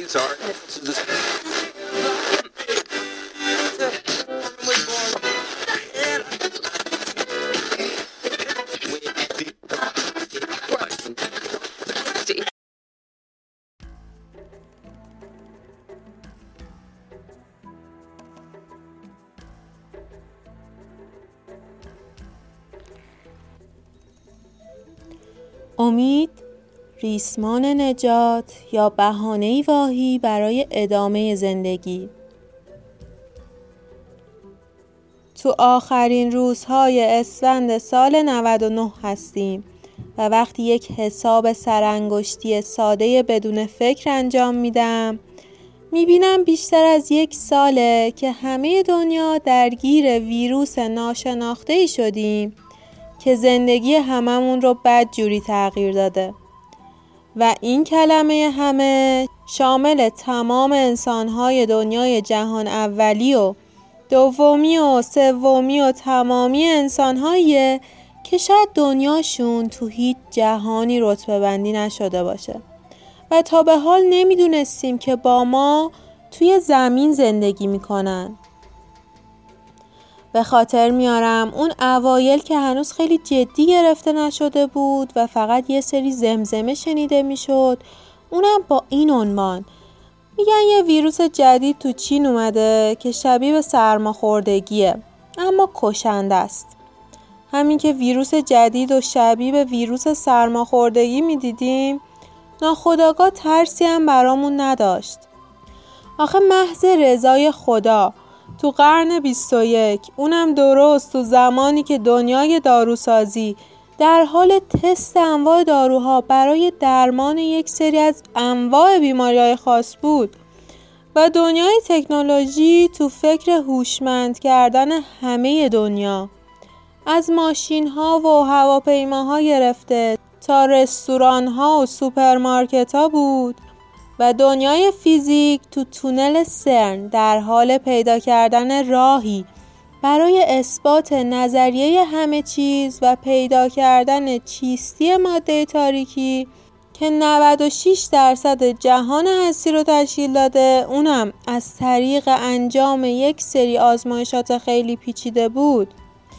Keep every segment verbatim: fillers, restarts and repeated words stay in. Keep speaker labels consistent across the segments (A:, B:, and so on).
A: امید، ریسمان نجات یا بهانه‌ای واهی برای ادامه زندگی. تو آخرین روزهای اسفند سال نود و نه هستیم و وقتی یک حساب سرانگشتی ساده بدون فکر انجام میدم میبینم بیشتر از یک ساله که همه دنیا درگیر ویروس ناشناخته‌ای شدیم که زندگی هممون رو بدجوری تغییر داده و این کلمه همه شامل تمام انسان‌های دنیای جهان اولی و دومی و سومی و تمامی انسان‌هاییه که شاید دنیاشون تو هیچ جهانی رتبه بندی نشده باشه و تا به حال نمیدونستیم که با ما توی زمین زندگی میکنن. به خاطر میارم اون اوایل که هنوز خیلی جدی گرفته نشده بود و فقط یه سری زمزمه شنیده میشد، اونم با این عنوان: میگن یه ویروس جدید تو چین اومده که شبیه به سرماخوردگیه اما کشنده است. همین که ویروس جدید و شبیه به ویروس سرماخوردگی میدیدیم، ناخودآگاه ترسی هم برامون نداشت. آخه محض رضای خدا تو قرن بیست و یک، اونم درست تو زمانی که دنیای داروسازی در حال تست انواع داروها برای درمان یک سری از انواع بیماری‌های خاص بود و دنیای تکنولوژی تو فکر هوشمند کردن همه دنیا، از ماشین‌ها و هواپیماها گرفته تا رستوران‌ها و سوپرمارکت‌ها بود و دنیای فیزیک تو تونل سرن در حال پیدا کردن راهی برای اثبات نظریه همه چیز و پیدا کردن چیستی ماده تاریکی که نود و شش درصد جهان هستی رو تشکیل داده، اونم از طریق انجام یک سری آزمایشات خیلی پیچیده بود.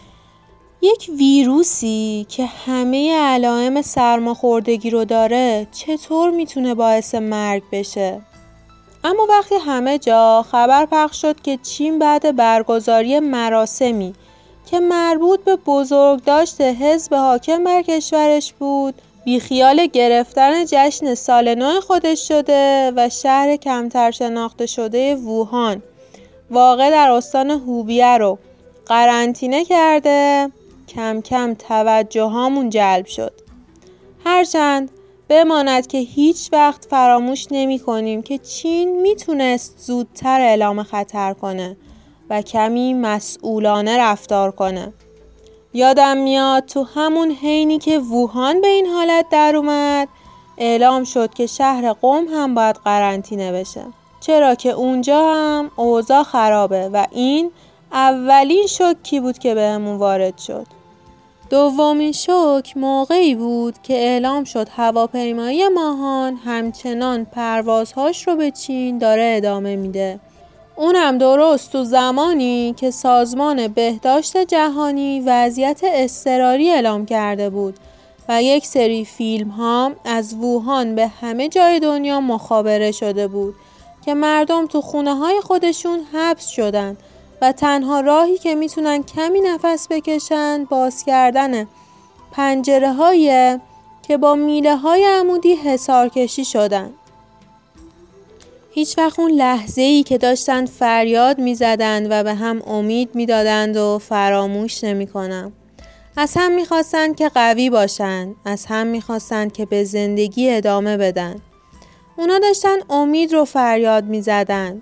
A: یک ویروسی که همه علائم سرماخوردگی رو داره چطور میتونه باعث مرگ بشه؟ اما وقتی همه جا خبر پخش شد که چین بعد برگزاری مراسمی که مربوط به بزرگداشت حزب حاکم بر کشورش بود، بیخیال گرفتن جشن سال نو خودش شده و شهر کمتر شناخته شده ووهان واقع در استان هوبیه رو قرنطینه کرده، کم کم توجه هامون جلب شد. هرچند بماند که هیچ وقت فراموش نمی کنیم که چین میتونست زودتر اعلام خطر کنه و کمی مسئولانه رفتار کنه. یادم میاد تو همون حینی که ووهان به این حالت در اومد، اعلام شد که شهر قم هم باید قرنطینه بشه، چرا که اونجا هم اوضاع خرابه و این اولین شوکی بود که بهمون وارد شد. دومین شوک موقعی بود که اعلام شد هواپیمایی ماهان همچنان پروازهاش رو به چین داره ادامه میده. اونم درست تو زمانی که سازمان بهداشت جهانی وضعیت اضطراری اعلام کرده بود و یک سری فیلم ها از ووهان به همه جای دنیا مخابره شده بود که مردم تو خونه های خودشون حبس شدن و تنها راهی که میتونن کمی نفس بکشن باز کردن پنجره های که با میله های عمودی حصار کشی شدن. هیچ وقت اون لحظه ای که داشتن فریاد میزدند و به هم امید میدادند و فراموش نمی کنم. از هم میخواستند که قوی باشن، از هم میخواستند که به زندگی ادامه بدن. اونا داشتن امید رو فریاد میزدند.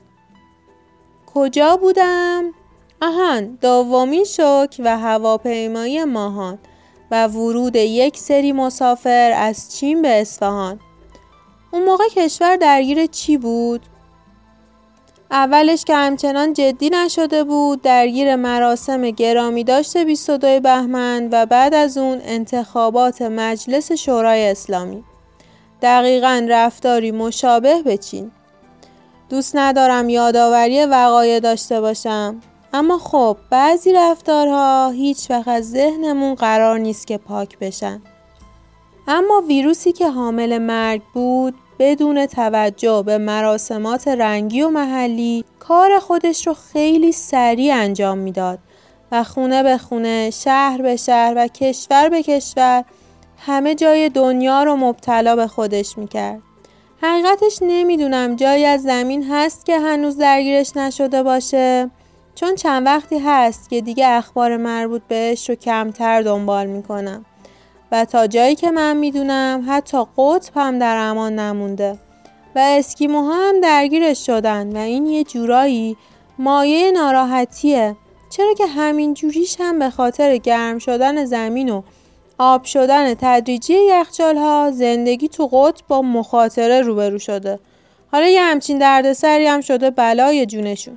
A: کجا بودم؟ آهان، دومین شوک و هواپیمایی ماهان و ورود یک سری مسافر از چین به اصفهان. اون موقع کشور درگیر چی بود؟ اولش که همچنان جدی نشده بود، درگیر مراسم گرامی داشته بیست و دو بهمن و بعد از اون انتخابات مجلس شورای اسلامی. دقیقاً رفتاری مشابه به چین. دوست ندارم یادآوری وقایع داشته باشم، اما خب بعضی رفتارها هیچ وقت از ذهنمون قرار نیست که پاک بشن. اما ویروسی که حامل مرگ بود بدون توجه به مراسمات رنگی و محلی کار خودش رو خیلی سریع انجام میداد و خونه به خونه، شهر به شهر و کشور به کشور همه جای دنیا رو مبتلا به خودش میکرد. حقیقتش نمیدونم جایی از زمین هست که هنوز درگیرش نشده باشه، چون چند وقتی هست که دیگه اخبار مربوط بهش رو کمتر دنبال میکنم و تا جایی که من میدونم حتی قطب هم در امان نمونده و اسکیموها هم درگیرش شدن و این یه جورایی مایه ناراحتیه، چرا که همین جوریش هم به خاطر گرم شدن زمین و آب شدن تدریجی یخچال‌ها زندگی تو قطب با مخاطره روبرو شده. حالا یه همچین دردسری هم شده بلای جونشون.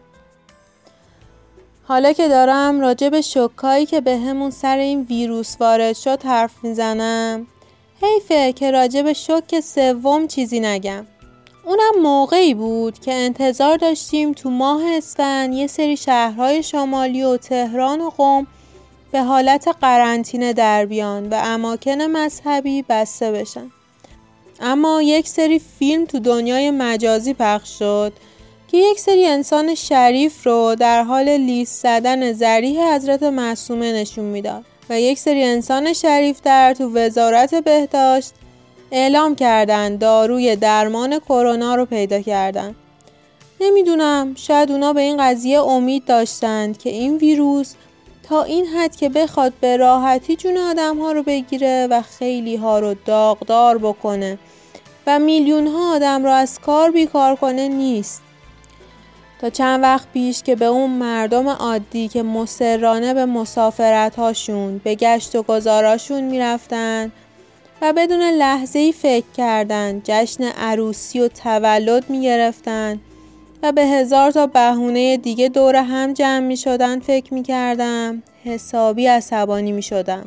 A: حالا که دارم راجع به شوکایی که به همون سر این ویروس وارد شد حرف میزنم، حیفه که راجع به شوک سوم چیزی نگم. اونم موقعی بود که انتظار داشتیم تو ماه اسفند یه سری شهرهای شمالی و تهران و قم به حالت قرنطینه در بیان و اماکن مذهبی بسته بشن. اما یک سری فیلم تو دنیای مجازی پخش شد که یک سری انسان شریف رو در حال لیست زدن ذریح حضرت معصومه نشون میداد و یک سری انسان شریف در تو وزارت بهداشت اعلام کردن داروی درمان کرونا رو پیدا کردن. نمیدونم، شاید اونا به این قضیه امید داشتند که این ویروس تا این حد که بخواد به راحتی جون آدم ها رو بگیره و خیلی ها رو داغدار بکنه و میلیون ها آدم رو از کار بیکار کنه نیست. تا چند وقت پیش که به اون مردم عادی که مصرانه به مسافرت هاشون به گشت و گذاراشون میرفتن و بدون لحظه‌ای فکر کردن جشن عروسی و تولد میگرفتن و به هزار تا بهونه دیگه دور هم جمع می شدن فکر می کردم حسابی عصبانی می شدم.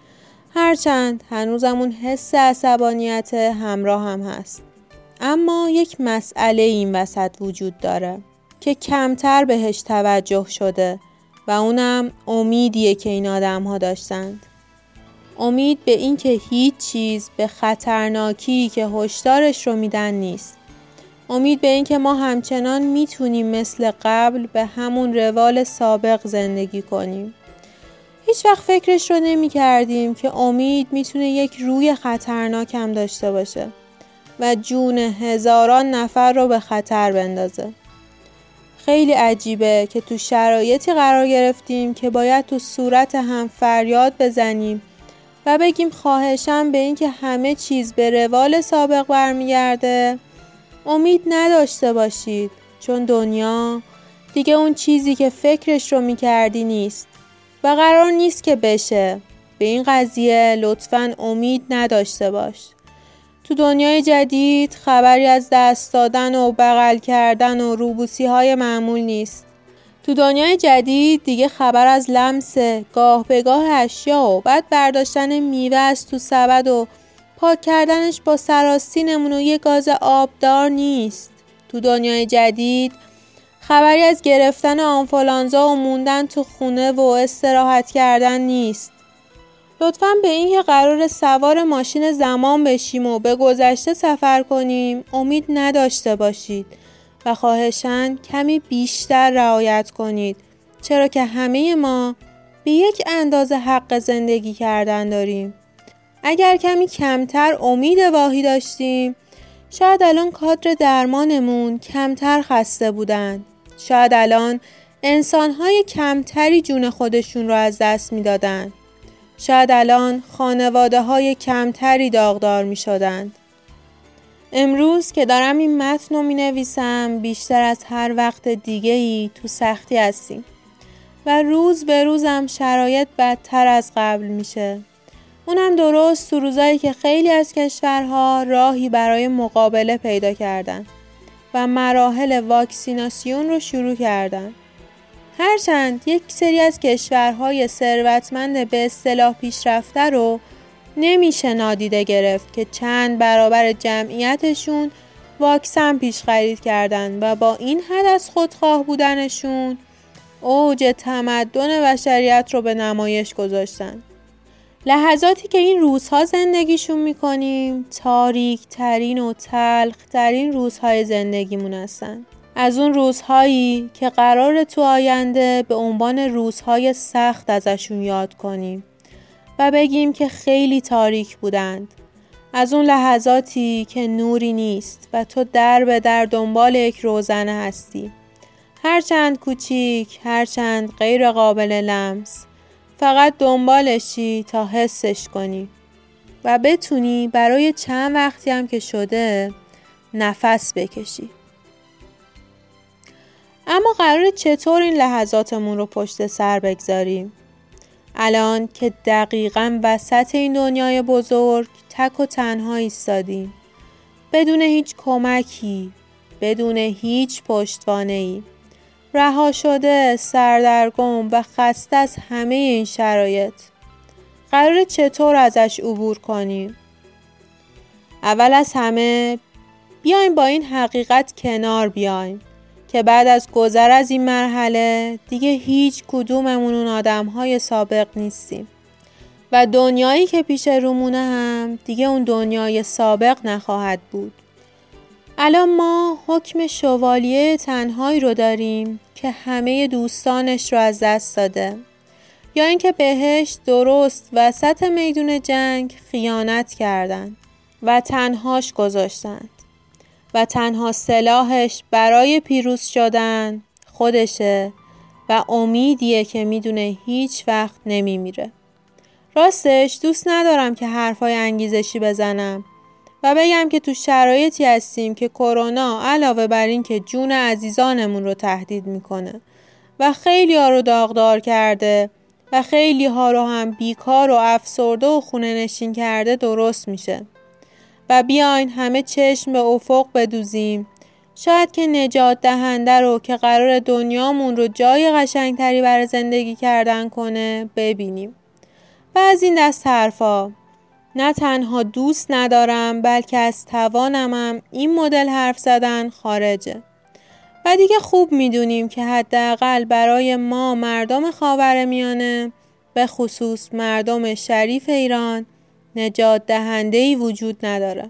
A: هرچند هنوزم اون حس عصبانیت همراه هم هست. اما یک مسئله این وسط وجود داره که کمتر بهش توجه شده و اونم امیدیه که این آدم ها داشتند. امید به این که هیچ چیز به خطرناکی که هشدارش رو میدن نیست. امید به این که ما همچنان میتونیم مثل قبل به همون روال سابق زندگی کنیم. هیچ وقت فکرش رو نمی کردیم که امید میتونه یک روی خطرناک هم داشته باشه و جون هزاران نفر رو به خطر بندازه. خیلی عجیبه که تو شرایطی قرار گرفتیم که باید تو صورت هم فریاد بزنیم و بگیم خواهشاً به این که همه چیز به روال سابق برمیگرده امید نداشته باشید، چون دنیا دیگه اون چیزی که فکرش رو میکردی نیست و قرار نیست که بشه. به این قضیه لطفاً امید نداشته باش. تو دنیای جدید خبری از دست دادن و بغل کردن و روبوسی های معمول نیست. تو دنیای جدید دیگه خبر از لمس گاه به گاه اشیا و بعد برداشتن میوه از تو سبد و پاک کردنش با سراستینمون و یه گاز آبدار نیست. تو دنیای جدید خبری از گرفتن آنفولانزا و موندن تو خونه و استراحت کردن نیست. لطفاً به این که قرار سوار ماشین زمان بشیم و به گذشته سفر کنیم امید نداشته باشید و خواهشاً کمی بیشتر رعایت کنید، چرا که همه ما به یک اندازه حق زندگی کردن داریم. اگر کمی کمتر امید واهی داشتیم شاید الان کادر درمانمون کمتر خسته بودن. شاید الان انسان‌های کمتری جون خودشون رو از دست میدادن. شاید الان خانواده‌های کمتری داغدار میشدند. امروز که دارم این متن رو مینویسم بیشتر از هر وقت دیگه‌ای تو سختی هستیم و روز به روزم شرایط بدتر از قبل میشه. اونم درست تو روزایی که خیلی از کشورها راهی برای مقابله پیدا کردن و مراحل واکسیناسیون رو شروع کردن. هرچند یک سری از کشورهای ثروتمند به اصطلاح پیشرفته رو نمیشه نادیده گرفت که چند برابر جمعیتشون واکسن پیش خرید کردن و با این حد از خودخواه بودنشون اوج تمدن بشریت رو به نمایش گذاشتن. لحظاتی که این روزها زندگیشون میکنیم تاریک ترین و تلخ ترین روزهای زندگیمون هستن. از اون روزهایی که قراره تو آینده به عنوان روزهای سخت ازشون یاد کنیم و بگیم که خیلی تاریک بودند. از اون لحظاتی که نوری نیست و تو در به در دنبال یک روزنه هستی. هرچند کوچیک، هرچند غیر قابل لمس، فقط دنبالشی تا حسش کنی و بتونی برای چند وقتی هم که شده نفس بکشی. اما قراره چطور این لحظاتمون رو پشت سر بگذاریم؟ الان که دقیقاً وسط این دنیای بزرگ تک و تنها ایستادیم، بدون هیچ کمکی، بدون هیچ پشتوانه‌ای، رها شده، سردرگم و خسته از همه این شرایط، قراره چطور ازش عبور کنیم؟ اول از همه بیایم با این حقیقت کنار بیایم که بعد از گذر از این مرحله دیگه هیچ کدوممون اون آدم‌های سابق نیستیم و دنیایی که پیش رومونه هم دیگه اون دنیای سابق نخواهد بود. الان ما حکم شوالیه تنهایی رو داریم که همه دوستانش رو از دست داده، یا اینکه بهش درست وسط میدون جنگ خیانت کردن و تنهاش گذاشتند و تنها سلاحش برای پیروز شدن خودشه و امیدیه که میدونه هیچ وقت نمیمیره. راستش دوست ندارم که حرفای انگیزشی بزنم و بگم که تو شرایطی هستیم که کرونا علاوه بر این که جون عزیزانمون رو تهدید میکنه و خیلی ها رو داغدار کرده و خیلی ها رو هم بیکار و افسرده و خونه نشین کرده درست میشه و بیاین همه چشم به افق بدوزیم، شاید که نجات دهنده رو که قرار دنیامون رو جای قشنگتری برای زندگی کردن کنه ببینیم. و از این دست حرفا نه تنها دوست ندارم بلکه از توانمم این مدل حرف زدن خارجه و دیگه خوب میدونیم که حداقل برای ما مردم خاورمیانه به خصوص مردم شریف ایران نجات دهنده‌ای وجود نداره.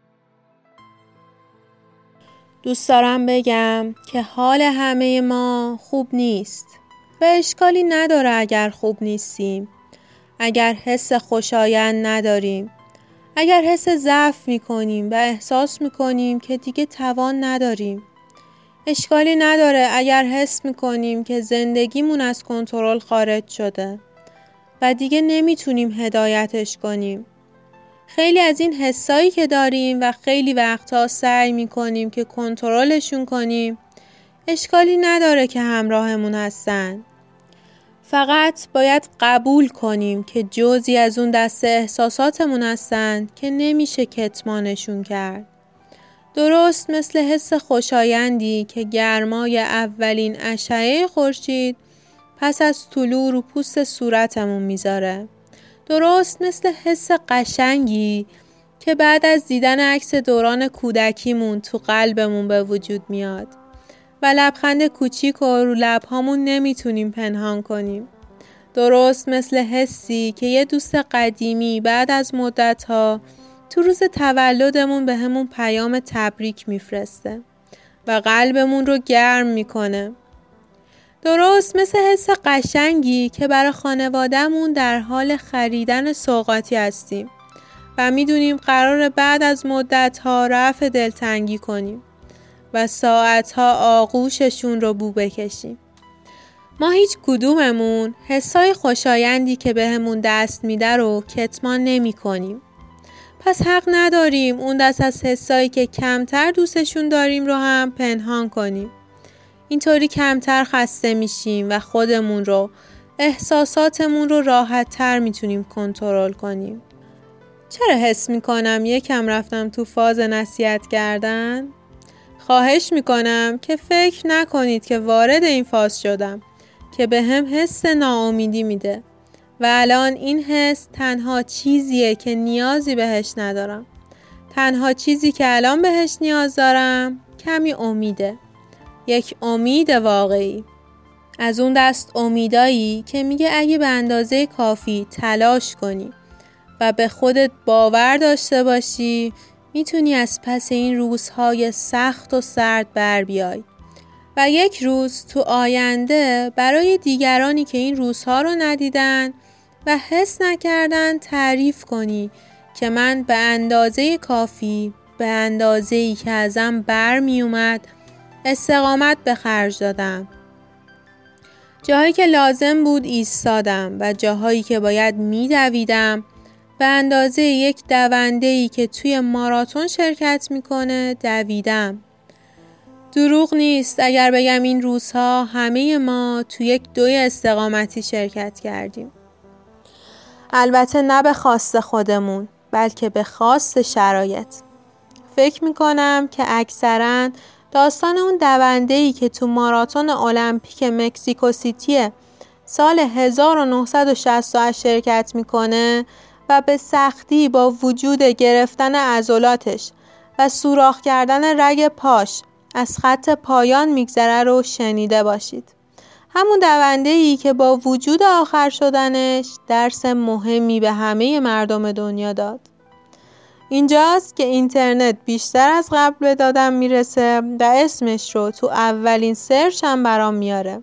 A: دوست دارم بگم که حال همه ما خوب نیست و اشکالی نداره اگر خوب نیستیم، اگر حس خوشایند نداریم، اگر حس ضعف میکنیم و احساس میکنیم که دیگه توان نداریم. اشکالی نداره اگر حس میکنیم که زندگیمون از کنترل خارج شده و دیگه نمیتونیم هدایتش کنیم. خیلی از این حسایی که داریم و خیلی وقتا سعی میکنیم که کنترلشون کنیم، اشکالی نداره که همراهمون هستن. فقط باید قبول کنیم که جزئی از اون دسته احساساتمون هستن که نمیشه کتمانشون کرد. درست مثل حس خوشایندی که گرمای اولین اشعه خورشید پس از طلوع رو پوست صورتمون میذاره. درست مثل حس قشنگی که بعد از دیدن عکس دوران کودکیمون تو قلبمون به وجود میاد و لبخند کوچیک و رو لبهامون نمیتونیم پنهان کنیم. درست مثل حسی که یه دوست قدیمی بعد از مدت‌ها تو روز تولدمون به همون پیام تبریک میفرسته و قلبمون رو گرم میکنه. درست مثل حس قشنگی که برای خانوادهمون در حال خریدن سوغاتی هستیم و میدونیم قراره بعد از مدت‌ها رفع دلتنگی کنیم و ساعتها آغوششون رو بو بکشیم. ما هیچ کدوممون حسای خوشایندی که بهمون دست میده رو کتمان نمی کنیم. پس حق نداریم اون دست از حسایی که کمتر دوستشون داریم رو هم پنهان کنیم. اینطوری کمتر خسته میشیم و خودمون رو، احساساتمون رو راحت تر میتونیم کنترل کنیم. چرا حس میکنم یکم رفتم تو فاز نصیحت کردن؟ خواهش میکنم که فکر نکنید که وارد این فاز شدم که به هم حس ناامیدی میده و الان این حس تنها چیزیه که نیازی بهش ندارم. تنها چیزی که الان بهش نیاز دارم کمی امیده. یک امید واقعی. از اون دست امیدایی که میگه اگه به اندازه کافی تلاش کنی و به خودت باور داشته باشی میتونی از پس این روزهای سخت و سرد بر بیای و یک روز تو آینده برای دیگرانی که این روزها رو ندیدن و حس نکردن تعریف کنی که من به اندازه کافی، به اندازه‌ای که ازم بر می اومد استقامت به خرج دادم. جاهایی که لازم بود ایستادم و جاهایی که باید می دویدم به اندازه یک دونده‌ای که توی ماراتون شرکت میکنه دویدم. دروغ نیست اگر بگم این روزها همه ما توی یک دوی استقامتی شرکت کردیم. البته نه به خواست خودمون بلکه به خواست شرایط. فکر میکنم که اکثراً داستان اون دونده‌ای که تو ماراتون المپیک مکزیکو سیتی سال هزار و نهصد و شصت و هشت شرکت میکنه و به سختی با وجود گرفتن عضلاتش و سوراخ کردن رگ پاش از خط پایان میگذره رو شنیده باشید. همون دونده‌ای که با وجود آخر شدنش درس مهمی به همه مردم دنیا داد. اینجاست که اینترنت بیشتر از قبل به دادم میرسه و اسمش رو تو اولین سرچ هم برام میاره.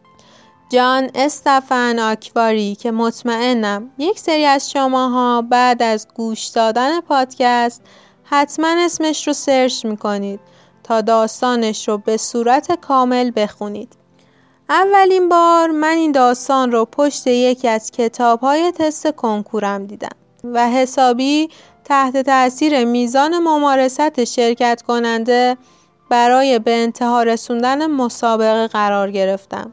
A: جان استفن آکواری که مطمئنم یک سری از شماها بعد از گوش دادن پادکست حتما اسمش رو سرچ میکنید تا داستانش رو به صورت کامل بخونید. اولین بار من این داستان رو پشت یکی از کتاب‌های تست کنکورم دیدم و حسابی تحت تأثیر میزان ممارست شرکت کننده برای به انتها رسوندن مسابقه قرار گرفتم.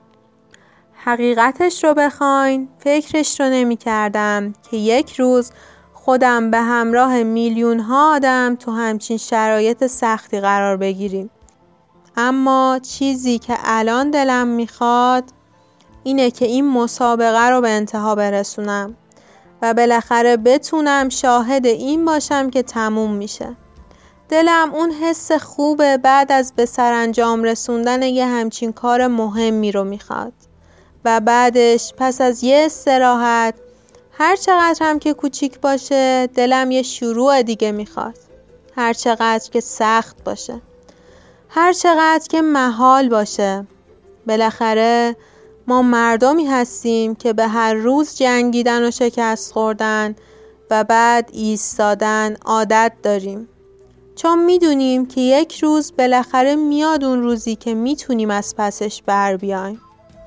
A: حقیقتش رو بخواین فکرش رو نمی کردم که یک روز خودم به همراه میلیون ها آدم تو همچین شرایط سختی قرار بگیریم. اما چیزی که الان دلم میخواد اینه که این مسابقه رو به انتها برسونم و بالاخره بتونم شاهد این باشم که تموم میشه. دلم اون حس خوبه بعد از به سرانجام رسوندن یه همچین کار مهمی رو میخواد و بعدش پس از یه استراحت هر چقدر هم که کوچیک باشه دلم یه شروع دیگه میخواد. هر چقدر که سخت باشه، هر چقدر که محال باشه. بالاخره ما مردمی هستیم که به هر روز جنگیدن و شکست خوردن و بعد ایستادن عادت داریم، چون میدونیم که یک روز بالاخره میاد اون روزی که میتونیم از پسش بر بیایم.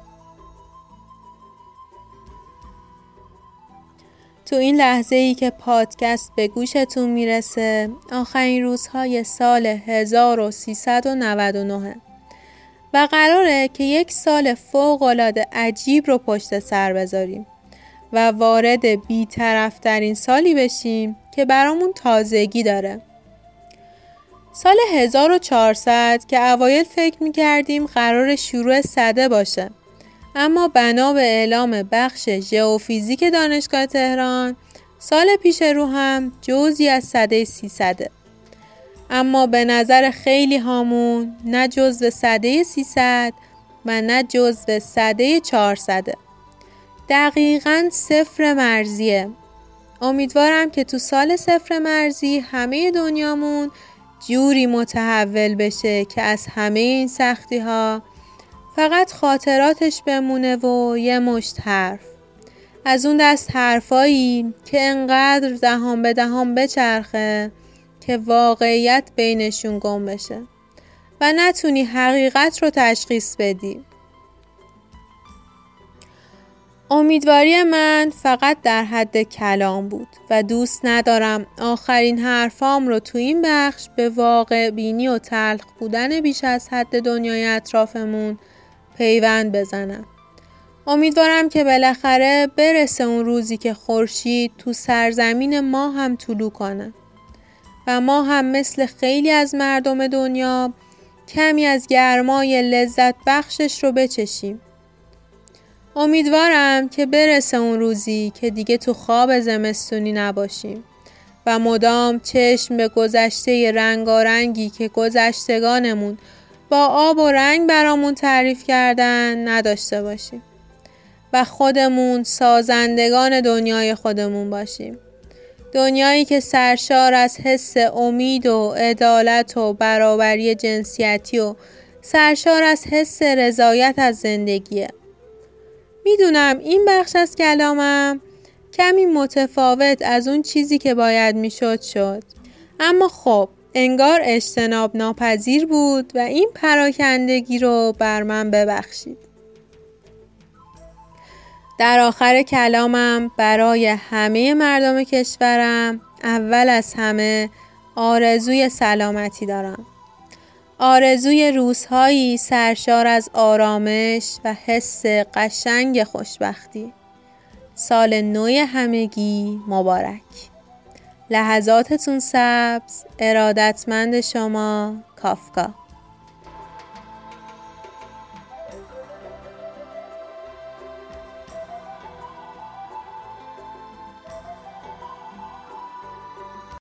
A: تو این لحظه ای که پادکست به گوشتون میرسه آخرین روزهای سال هزار و سیصد و نود و نه و قراره که یک سال فوق‌العاده عجیب رو پشت سر بذاریم و وارد بی‌طرف‌ترین سالی بشیم که برامون تازگی داره. سال هزار و چهارصد که اوایل فکر می‌کردیم قرار شروع سده باشه، اما بنا به اعلام بخش ژئوفیزیک دانشگاه تهران سال پیش رو هم جزئی از سده سیصده. اما به نظر خیلی هامون نه جزو سده سیصد و نه جزو سده چهارصده. دقیقاً صفر مرزیه. امیدوارم که تو سال صفر مرزی همه دنیامون جوری متحول بشه که از همه این سختی ها فقط خاطراتش بمونه و یه مشت حرف. از اون دست حرفایی که انقدر دهان به دهان بچرخه که واقعیت بینشون گم بشه و نتونی حقیقت رو تشخیص بدی. امیدواری من فقط در حد کلام بود و دوست ندارم آخرین حرفام رو تو این بخش به واقع بینی و تلخ بودن بیش از حد دنیای اطرافمون پیوند بزنم. امیدوارم که بالاخره برسه اون روزی که خورشید تو سرزمین ما هم طلوع کنه و ما هم مثل خیلی از مردم دنیا کمی از گرمای لذت بخشش رو بچشیم. امیدوارم که برسه اون روزی که دیگه تو خواب زمستونی نباشیم و مدام چشم به گذشته رنگارنگی که گذشتگانمون با آب و رنگ برامون تعریف کردن نداشته باشیم و خودمون سازندگان دنیای خودمون باشیم. دنیایی که سرشار از حس امید و عدالت و برابری جنسیتی و سرشار از حس رضایت از زندگیه. میدونم این بخش از کلامم کمی متفاوت از اون چیزی که باید میشد شد، اما خب انگار اجتناب ناپذیر بود و این پراکندگی رو بر من ببخشید. در آخر کلامم برای همه مردم کشورم اول از همه آرزوی سلامتی دارم. آرزوی روزهایی سرشار از آرامش و حس قشنگ خوشبختی. سال نو همگی مبارک. لحظاتتون سبز. ارادتمند شما، کافکا.